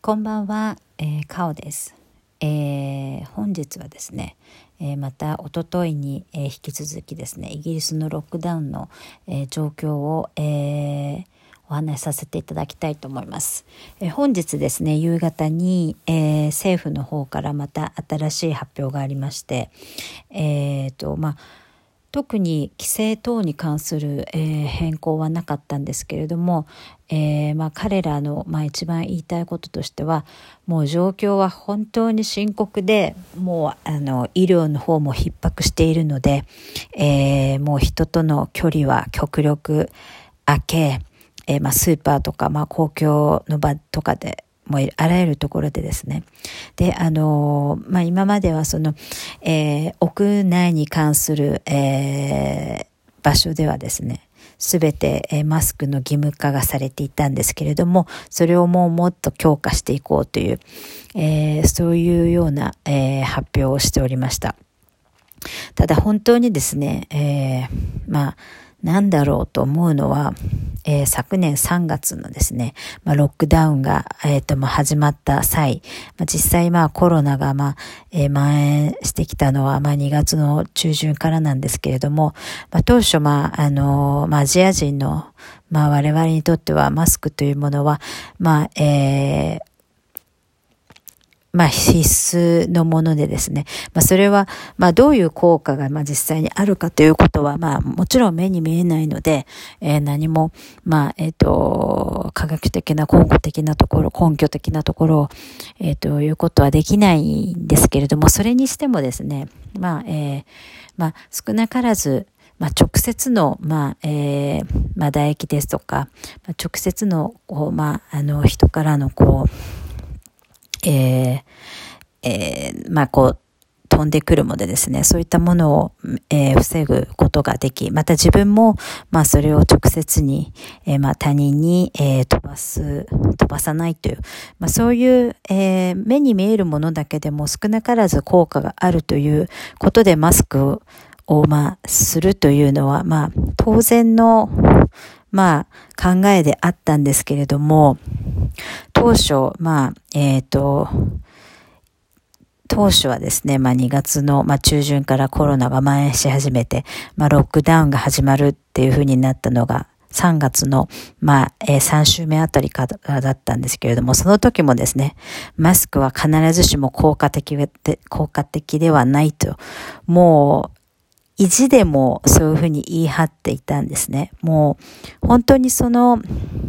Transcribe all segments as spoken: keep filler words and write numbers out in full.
こんばんは、えー、かおです、えー、本日はですね、えー、また一昨日に、えー、引き続きですねイギリスのロックダウンの、えー、状況を、えー、お話しさせていただきたいと思います、えー、本日ですね夕方に、えー、政府の方からまた新しい発表がありまして、えーとまあ特に規制等に関する、えー、変更はなかったんですけれども、えーまあ、彼らの、まあ、一番言いたいこととしてはもう状況は本当に深刻でもうあの医療の方も逼迫しているので、えー、もう人との距離は極力空け、えーまあ、スーパーとか、まあ、公共の場とかでもうあらゆるところでですね。で、あの、まあ、今まではその、えー、屋内に関する、えー、場所ではですね、すべて、えー、マスクの義務化がされていたんですけれども、それをもうもっと強化していこうという、えー、そういうような、えー、発表をしておりました。ただ本当にですね、えー、まあ、なんだろうと思うのは、えー、昨年さんがつのですね、まあ、ロックダウンが、えーとまあ、始まった際、まあ、実際まあコロナが、まあえー、蔓延してきたのは、まあ、にがつの中旬からなんですけれども、まあ、当初、まああのまあ、アジア人の、まあ、我々にとってはマスクというものは、まあえーまあ必須のものでですね。まあそれは、まあどういう効果がまあ実際にあるかということは、まあもちろん目に見えないので、えー、何も、まあえっと、科学的な根拠的なところ、根拠的なところを、えっと、いうことはできないんですけれども、それにしてもですね、まあ、えー、まあ少なからず、まあ、直接の、まあ、えー、まあ、唾液ですとか、まあ、直接の、こう、まあ、あの、人からの、こう、えーえー、まあこう飛んでくるものでですね、そういったものを、えー、防ぐことができ、また自分もまあそれを直接に、えー、まあ他人に、えー、飛ばす飛ばさないという、まあそういう、えー、目に見えるものだけでも少なからず効果があるということでマスクをまあするというのはまあ当然のまあ考えであったんですけれども。当初、まあ、えっと、当初はですね、まあにがつの、まあ、中旬からコロナが蔓延し始めて、まあロックダウンが始まるっていう風になったのがさんがつの、まあ、えー、さん週目あたりからだったんですけれども、その時もですね、マスクは必ずしも効果的で、効果的ではないと、もう、意地でもそういう風に言い張っていたんですね。もう、本当にその、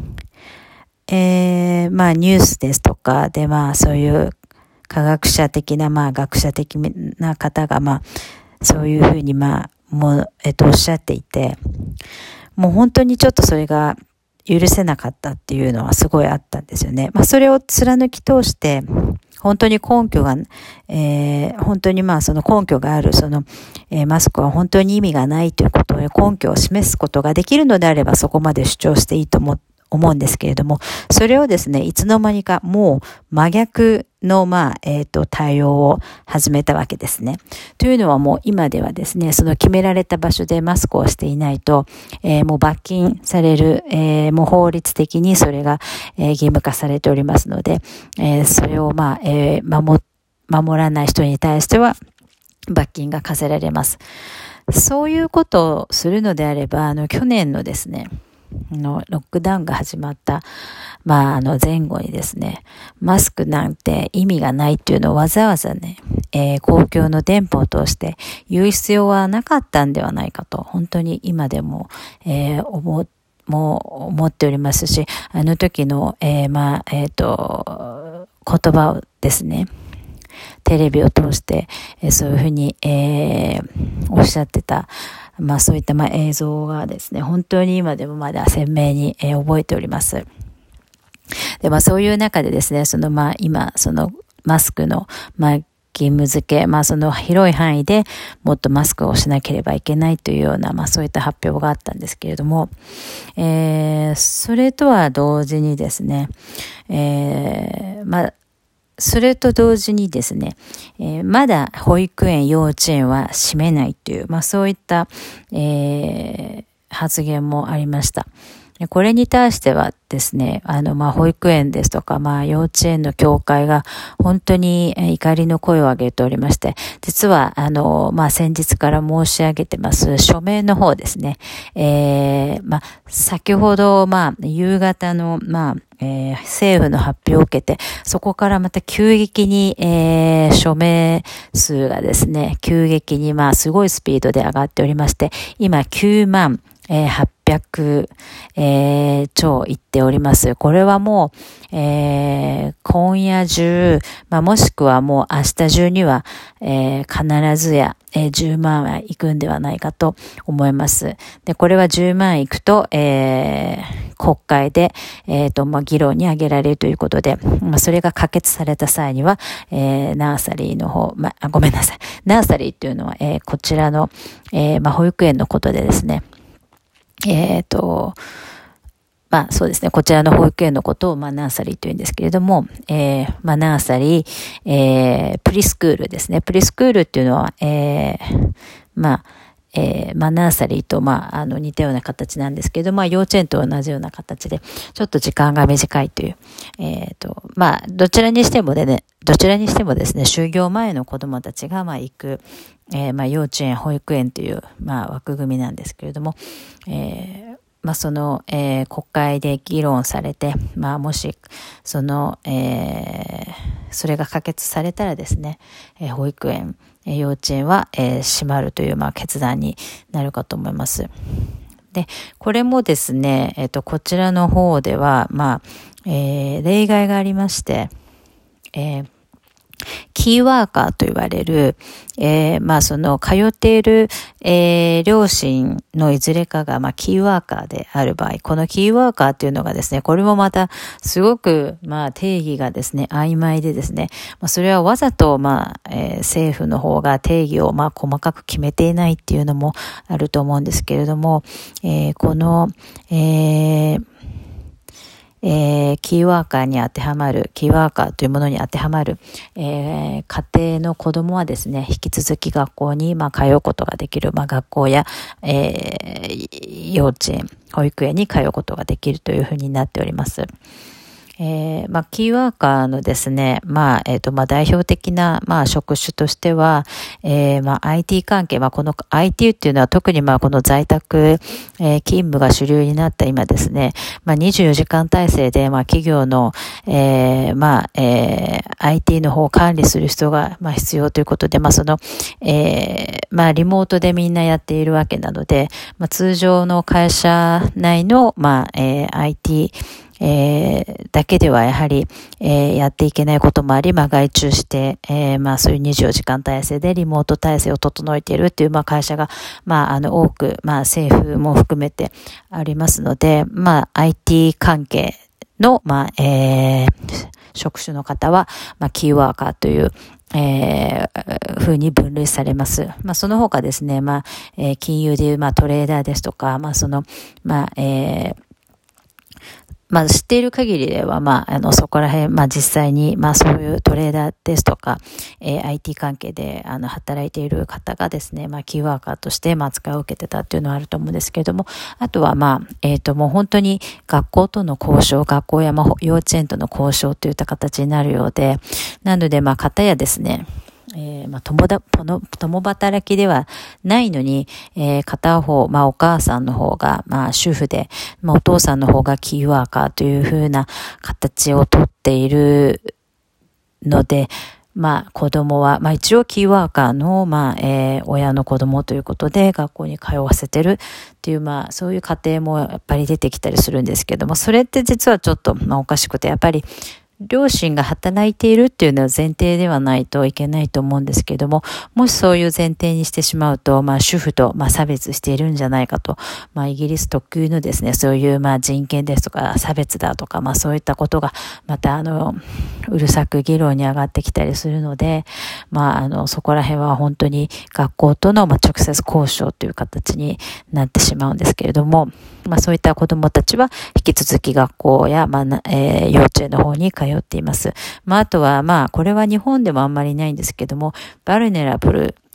えー、まあニュースですとかでまあそういう科学者的なまあ学者的な方がまあそういうふうにまあもうえっとおっしゃっていて、もう本当にちょっとそれが許せなかったっていうのはすごいあったんですよね。まあそれを貫き通して本当に根拠が、えー、本当にまあその根拠があるその、えー、マスクは本当に意味がないということを根拠を示すことができるのであればそこまで主張していいと思って思うんですけれども、それをですね、いつの間にかもう真逆の、まあ、えっと、対応を始めたわけですね。というのはもう今ではですね、その決められた場所でマスクをしていないと、えー、もう罰金される、えー、もう法律的にそれが、えー、義務化されておりますので、えー、それをまあ、えー、守、守らない人に対しては罰金が課せられます。そういうことをするのであれば、あの、去年のですね、のロックダウンが始まった、まあ、あの前後にですね、マスクなんて意味がないっていうのをわざわざね、えー、公共の電波を通して言う必要はなかったんではないかと、本当に今でも、えー、思う、もう思っておりますし、あの時の、えー、まあ、えっと、言葉をですね、テレビを通して、えー、そういうふうに、えー、おっしゃってた、まあそういったまあ映像がですね、本当に今でもまだ鮮明に、えー、覚えております。で、まあそういう中でですね、そのまあ今、そのマスクのまあ義務付け、まあその広い範囲でもっとマスクをしなければいけないというような、まあそういった発表があったんですけれども、えー、それとは同時にですね、えー、まあそれと同時にですね、えー、まだ保育園、幼稚園は閉めないという、まあそういった、えー、発言もありました。 これに対してはですね、あの、まあ、保育園ですとか、まあ、幼稚園の協会が本当に怒りの声を上げておりまして、実は、あの、まあ、先日から申し上げてます署名の方ですね、えー、まあ、先ほど、まあ、夕方の、まあ、えー、政府の発表を受けて、そこからまた急激に、えー、署名数がですね、急激に、まあ、すごいスピードで上がっておりまして、今きゅうまん、えー、はっぴゃく、えー、超いっております。これはもう、えー、今夜中、まあ、もしくはもう明日中には、えー、必ずや、えー、じゅうまんはいくんではないかと思います。で、これはじゅうまんいくと、えー、国会で、えっと、まあ、議論に挙げられるということで、まあ、それが可決された際には、えー、ナーサリーの方、まあ、ごめんなさい。ナーサリーっていうのは、えー、こちらの、えー、まあ、保育園のことでですね、えっと、まあそうですね、こちらの保育園のことを、まあナーサリーというんですけれども、えー、まあナーサリー、えー、プリスクールですね。プリスクールっていうのは、えー、まあ、えー、まあナーサリーと、まあ、あの似たような形なんですけど、まあ幼稚園と同じような形で、ちょっと時間が短いという、えっと、まあどちらにしてもでね、どちらにしてもですね、就業前の子供たちが、まあ行く、えー、まあ幼稚園、保育園という、まあ枠組みなんですけれども、えーまあ、その、えー、国会で議論されて、まあ、もし、その、えー、それが可決されたらですね、えー、保育園、えー、幼稚園は、えー、閉まるという、まあ、決断になるかと思います。で、これもですね、えっと、こちらの方では、まあ、えー、例外がありまして、えーキーワーカーと言われる、えー、まあその通っている、えー、両親のいずれかが、まあキーワーカーである場合、このキーワーカーというのがですね、これもまたすごく、まあ定義がですね、曖昧でですね、まあそれはわざと、まあ、えー、政府の方が定義を、まあ細かく決めていないっていうのもあると思うんですけれども、えー、この、えーえー、キーワーカーに当てはまる、キーワーカーというものに当てはまる、えー、家庭の子供はですね、引き続き学校に、まあ、通うことができる、まあ、学校や、えー、幼稚園、保育園に通うことができるというふうになっております。えー、まあ、キーワーカーのですね、まあ、えっと、まあ、代表的な、まあ、職種としては、えー、まあ、アイティー 関係、まあ、この アイティー っていうのは特にまあ、この在宅、えー、勤務が主流になった今ですね、まあ、にじゅうよじかん体制で、まあ、企業の、えー、まあ、えー、アイティー の方を管理する人が、まあ、必要ということで、まあ、その、えー、まあ、リモートでみんなやっているわけなので、まあ、通常の会社内の、まあ、えー、アイティー、えー、だけではやはり、えー、やっていけないこともあり、まあ外注して、えー、まあそういうにじゅうよじかん体制でリモート体制を整えているっていう、まあ会社が、まああの多く、まあ政府も含めてありますので、まあ アイティー 関係の、まあ、えー、職種の方は、まあキーワーカーという、えー、風に分類されます。まあ、その他ですね、まあ、えー、金融でいう、まあ、トレーダーですとか、まあ、その、まあ、えー、まあ知っている限りでは、まあ、あの、そこら辺、まあ実際に、まあそういうトレーダーですとか、えー、アイティー 関係で、あの、働いている方がですね、まあキーワーカーとして、まあ扱いを受けてたっていうのはあると思うんですけれども、あとはまあ、えっと、もう本当に学校との交渉、学校やまあ幼稚園との交渉といった形になるようで、なのでまあ方やですね、えー、まあ、共だ、共働きではないのに、えー、片方、まあ、お母さんの方が、まあ、主婦で、まあ、お父さんの方がキーワーカーという風な形をとっているので、まあ、子供は、まあ、一応キーワーカーの、まあ、えー、親の子供ということで学校に通わせてるっていう、まあ、そういう家庭もやっぱり出てきたりするんですけども、それって実はちょっと、まあ、おかしくて、やっぱり、両親が働いているっていうのは前提ではないといけないと思うんですけれども、もしそういう前提にしてしまうと、まあ主婦と、まあ、差別しているんじゃないかと、まあイギリス特有のですね、そういうまあ人権ですとか差別だとか、まあそういったことがまたあの、うるさく議論に上がってきたりするので、まああの、そこら辺は本当に学校とのまあ直接交渉という形になってしまうんですけれども、まあそういった子どもたちは引き続き学校や、まあえー、幼稚園の方に通っています。まああとはまあこれは日本でもあんまりないんですけども、バルネラブル、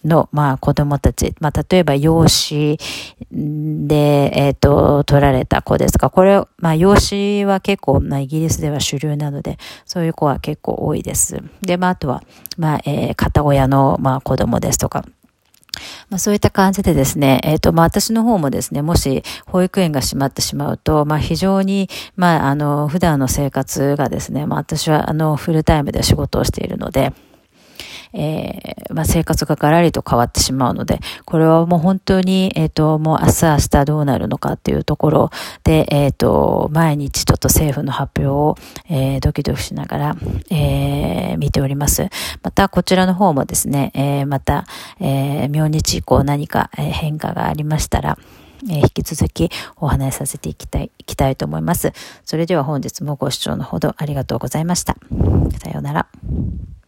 の、まあ、子供たち、まあ、例えば養子で、えっと、取られた子ですか。これ、まあ、養子は結構、まあ、イギリスでは主流なので、そういう子は結構多いです。で、まあ、あとは、まあ、えー、片親の、まあ、子供ですとか、まあ、そういった感じでですね、えっと、まあ、私の方もですね、もし保育園が閉まってしまうと、まあ、非常に、まあ、あの、普段の生活がですね、まあ、私は、あの、フルタイムで仕事をしているので、えー、まあ、生活がガラリと変わってしまうので、これはもう本当に、えっと、もう明日明日どうなるのかっていうところで、えっと、毎日ちょっと政府の発表を、えー、ドキドキしながら、えー、見ております。また、こちらの方もですね、えー、また、えー、明日以降何か変化がありましたら、えー、引き続きお話しさせていきたい、いきたいと思います。それでは本日もご視聴のほどありがとうございました。さようなら。